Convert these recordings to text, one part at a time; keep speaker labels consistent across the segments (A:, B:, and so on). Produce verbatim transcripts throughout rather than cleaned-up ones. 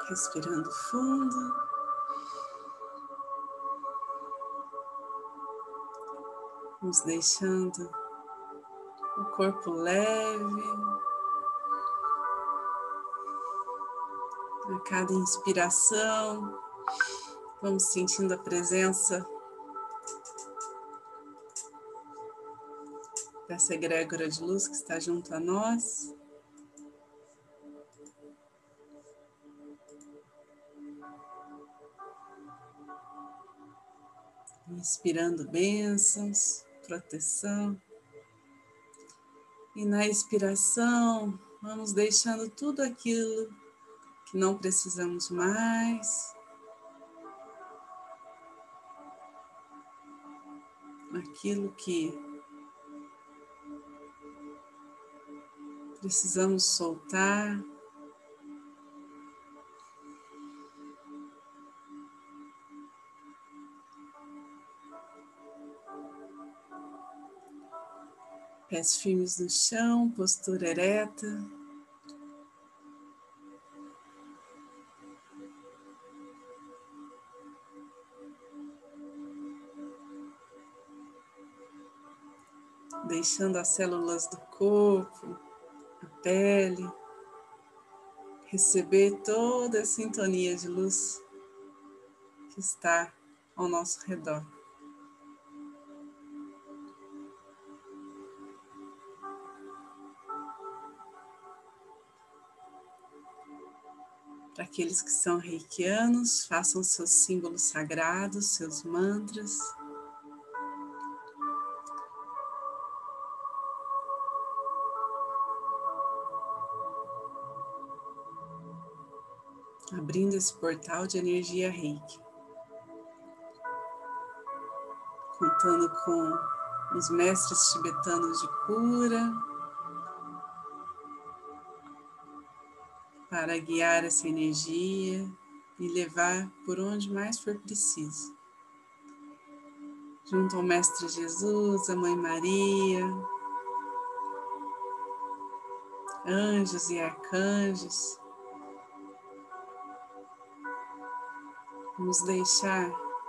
A: Respirando fundo. Vamos deixando o corpo leve. A cada inspiração, vamos sentindo a presença dessa egrégora de luz que está junto a nós. Inspirando bênçãos, proteção. E na expiração, vamos deixando tudo aquilo que não precisamos mais. Aquilo que precisamos soltar. Pés firmes no chão, postura ereta. Deixando as células do corpo, a pele, receber toda a sintonia de luz que está ao nosso redor. Para aqueles que são reikianos, façam seus símbolos sagrados, seus mantras. Abrindo esse portal de energia reiki. Contando com os mestres tibetanos de cura, para guiar essa energia e levar por onde mais for preciso. Junto ao Mestre Jesus, a Mãe Maria, anjos e arcanjos, vamos deixar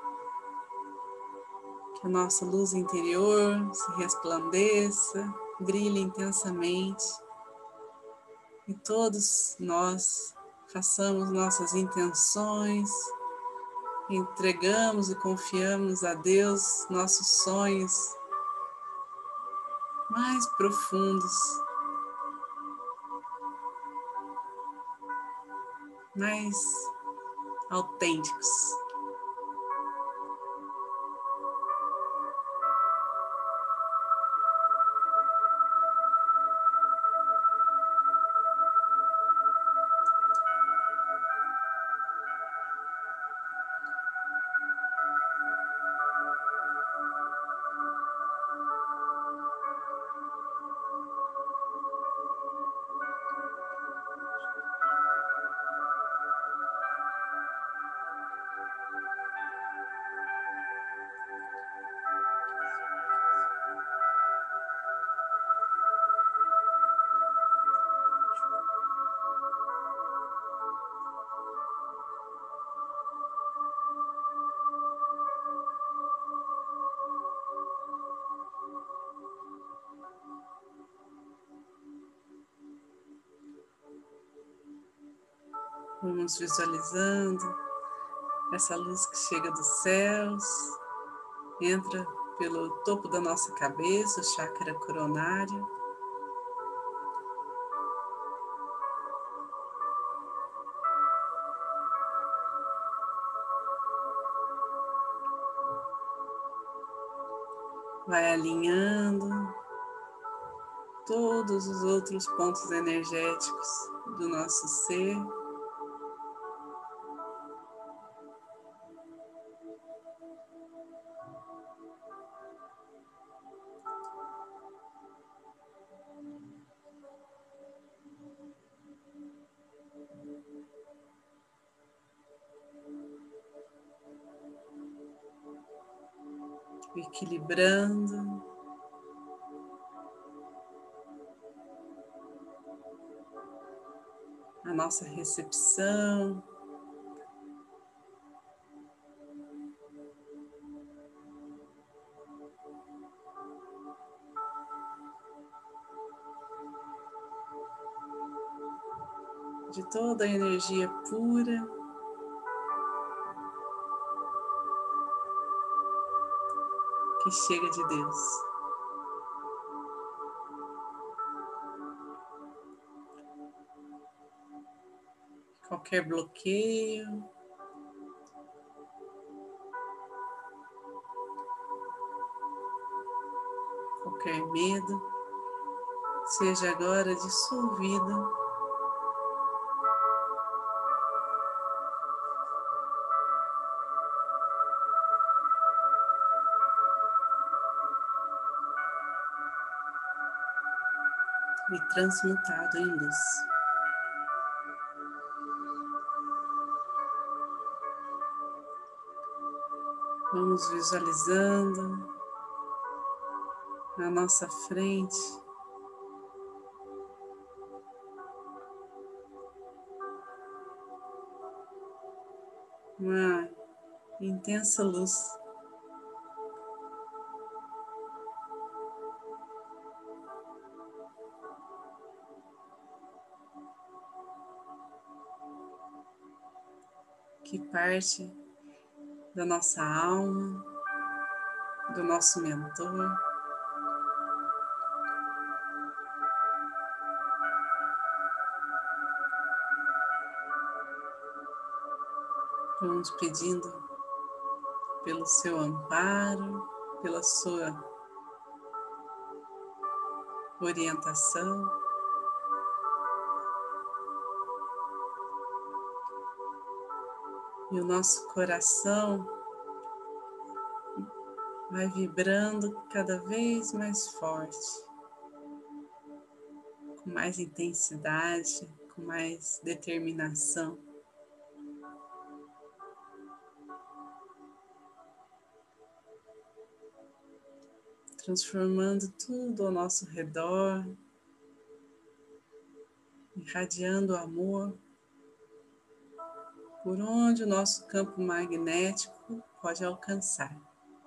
A: que a nossa luz interior se resplandeça, brilhe intensamente e todos nós façamos nossas intenções, entregamos e confiamos a Deus nossos sonhos mais profundos, mais autênticos. Vamos visualizando essa luz que chega dos céus, entra pelo topo da nossa cabeça, o chakra coronário. Vai alinhando todos os outros pontos energéticos do nosso ser. Equilibrando. A nossa recepção de toda a energia pura que chega de Deus. Qualquer bloqueio, qualquer medo, seja agora dissolvido e transmutado em luz. Vamos visualizando na nossa frente uma intensa luz que parte da nossa alma, do nosso mentor. Vamos pedindo pelo seu amparo, pela sua orientação. E o nosso coração vai vibrando cada vez mais forte, com mais intensidade, com mais determinação. Transformando tudo ao nosso redor, irradiando amor, por onde o nosso campo magnético pode alcançar.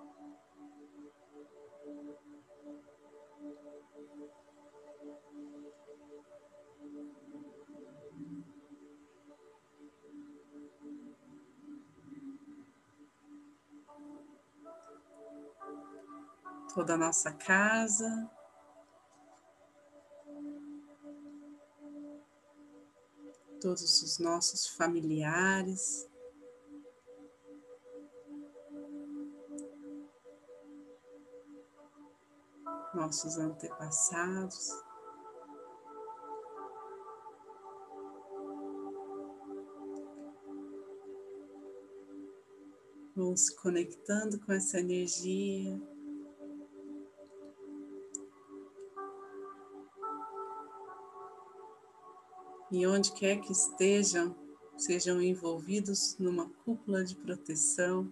A: Toda a nossa casa, todos os nossos familiares, nossos antepassados, vão se conectando com essa energia. E onde quer que estejam, sejam envolvidos numa cúpula de proteção.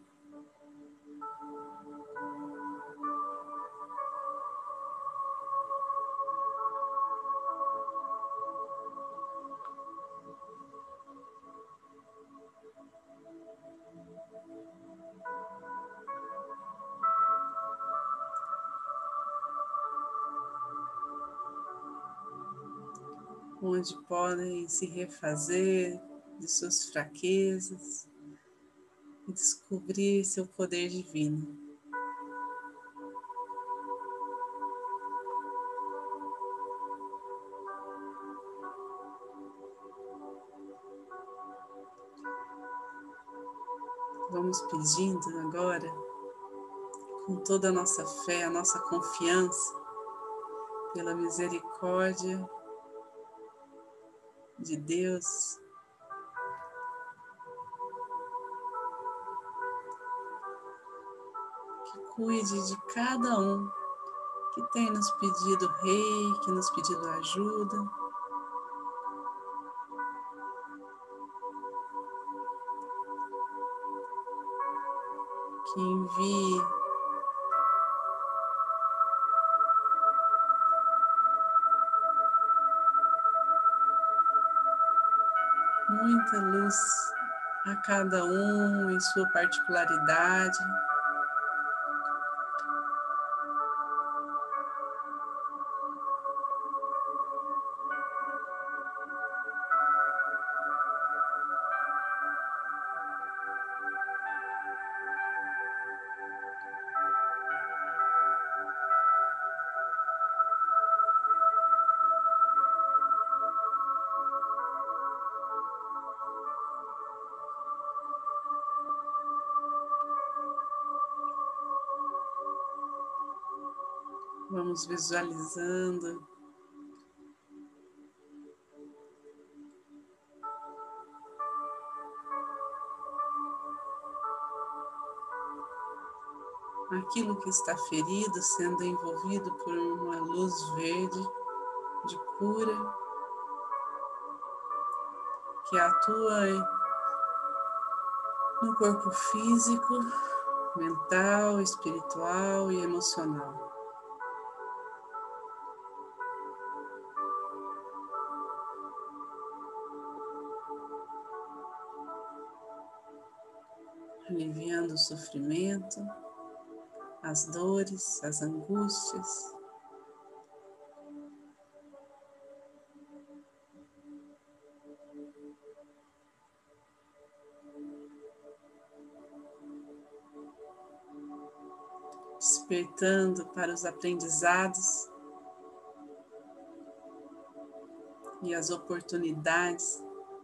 A: Onde podem se refazer de suas fraquezas e descobrir seu poder divino. Vamos pedindo agora, com toda a nossa fé, a nossa confiança, pela misericórdia de Deus, que cuide de cada um que tem nos pedido rei, que nos pedido ajuda. Que envie muita luz a cada um em sua particularidade. Vamos visualizando aquilo que está ferido sendo envolvido por uma luz verde de cura que atua no corpo físico, mental, espiritual e emocional. Aliviando o sofrimento, as dores, as angústias. Despertando para os aprendizados e as oportunidades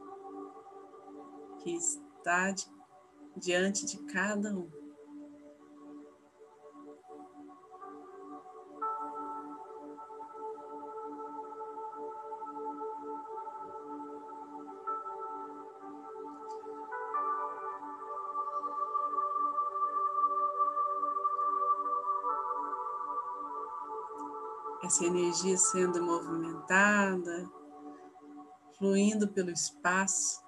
A: que está diante de cada um. Essa energia sendo movimentada, fluindo pelo espaço.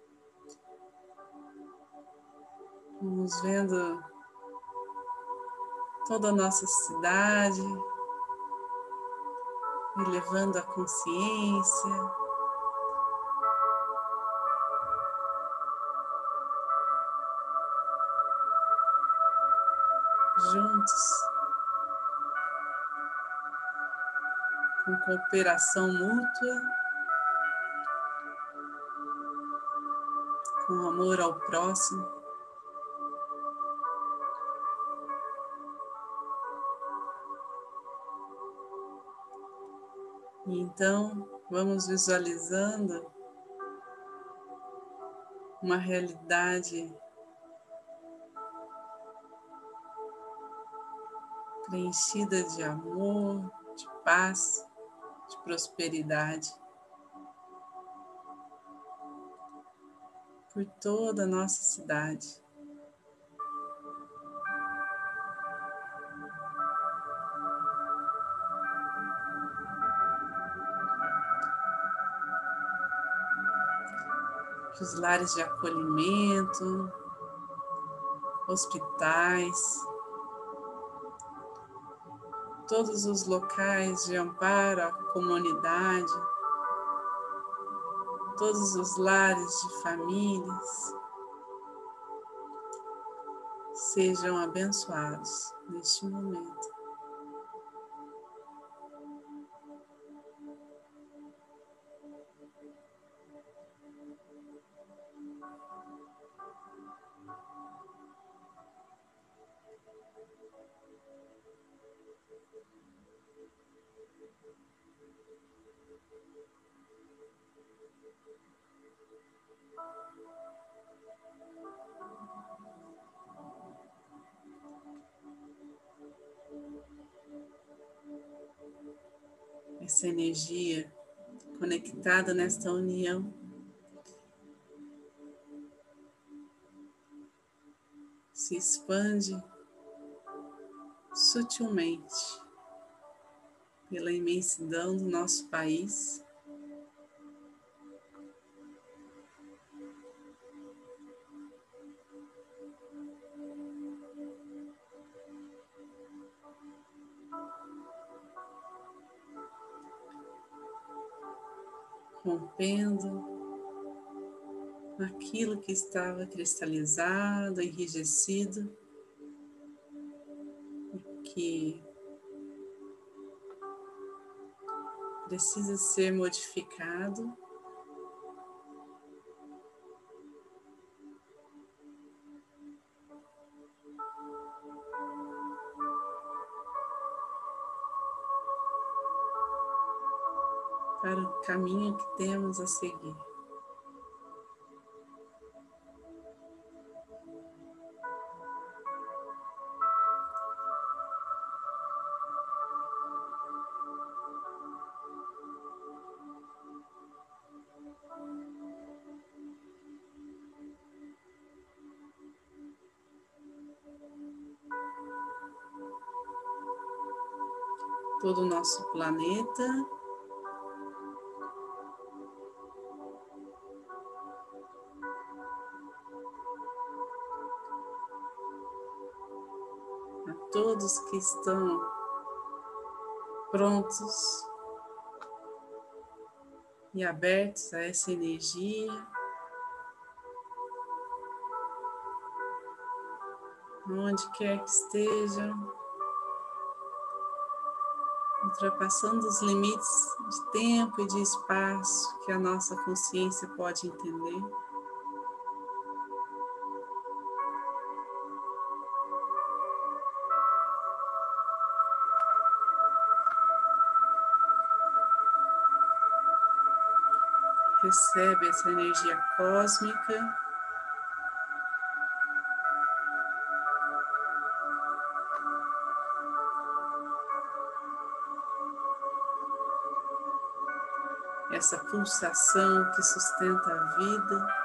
A: Vamos vendo toda a nossa cidade, elevando a consciência. Juntos, com cooperação mútua, com amor ao próximo. E então, vamos visualizando uma realidade preenchida de amor, de paz, de prosperidade por toda a nossa cidade. Os lares de acolhimento, hospitais, todos os locais de amparo à comunidade, todos os lares de famílias, sejam abençoados neste momento. Essa energia conectada nesta união se expande sutilmente pela imensidão do nosso país, rompendo aquilo que estava cristalizado, enrijecido, que precisa ser modificado para o caminho que temos a seguir. Todo o nosso planeta a todos que estão prontos e abertos a essa energia, onde quer que estejam, ultrapassando os limites de tempo e de espaço que a nossa consciência pode entender. Recebe essa energia cósmica essa pulsação que sustenta a vida.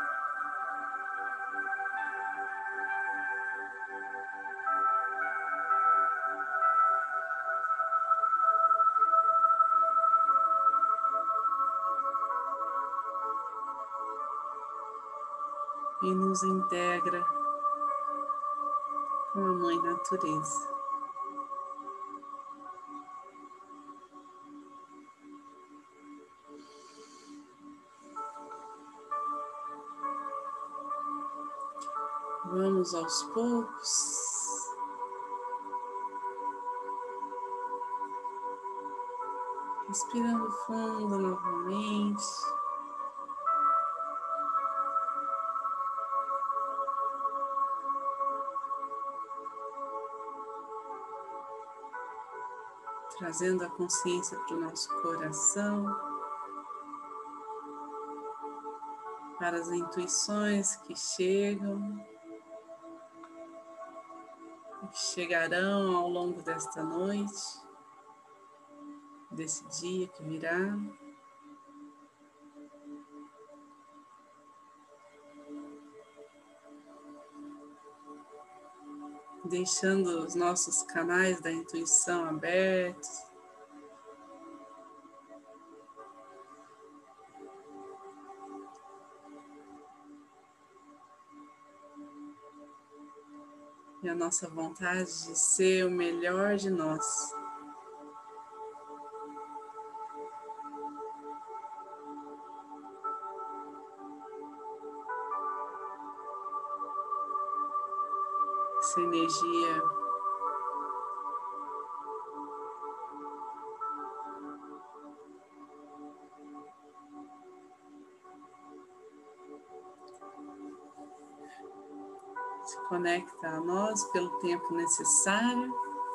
A: E nos integra com a Mãe Natureza. Vamos aos poucos respirando fundo novamente. Trazendo a consciência para o nosso coração, para as intuições que chegam e que chegarão ao longo desta noite, desse dia que virá. Deixando os nossos canais da intuição abertos. E a nossa vontade de ser o melhor de nós. Essa energia se conecta a nós pelo tempo necessário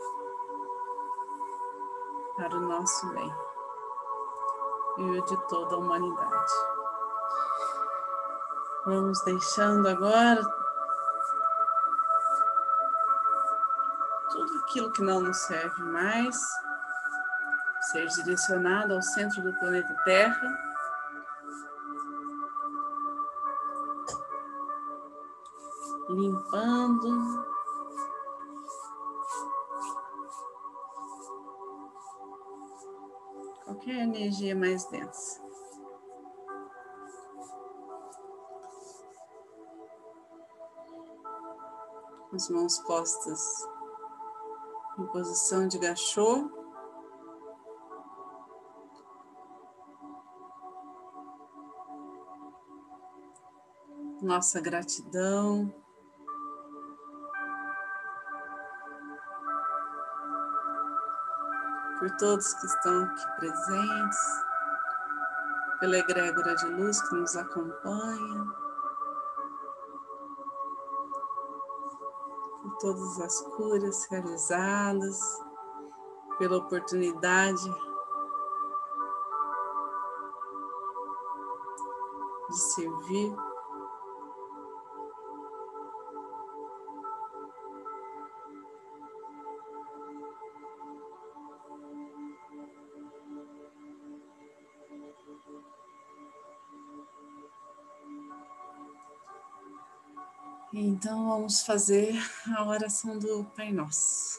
A: para o nosso bem e o de toda a humanidade. Vamos deixando agora tudo aquilo que não nos serve mais ser direcionado ao centro do planeta Terra. Limpando qualquer energia mais densa. As mãos postas em posição de gachô. Nossa gratidão por todos que estão aqui presentes, pela egrégora de luz que nos acompanha, por todas as curas realizadas, pela oportunidade de servir. Então vamos fazer a oração do Pai Nosso.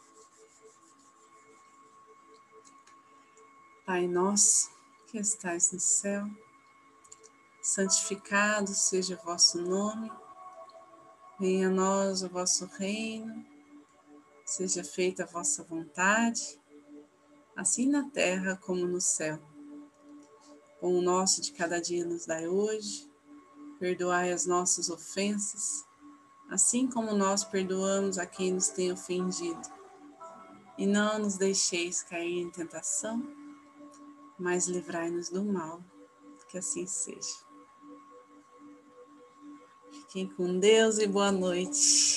A: Pai nosso, que estais no céu, santificado seja o vosso nome, venha a nós o vosso reino, seja feita a vossa vontade, assim na terra como no céu. O pão nosso de cada dia nos dai hoje, perdoai as nossas ofensas, assim como nós perdoamos a quem nos tem ofendido. E não nos deixeis cair em tentação, mas livrai-nos do mal, que assim seja. Fiquem com Deus e boa noite.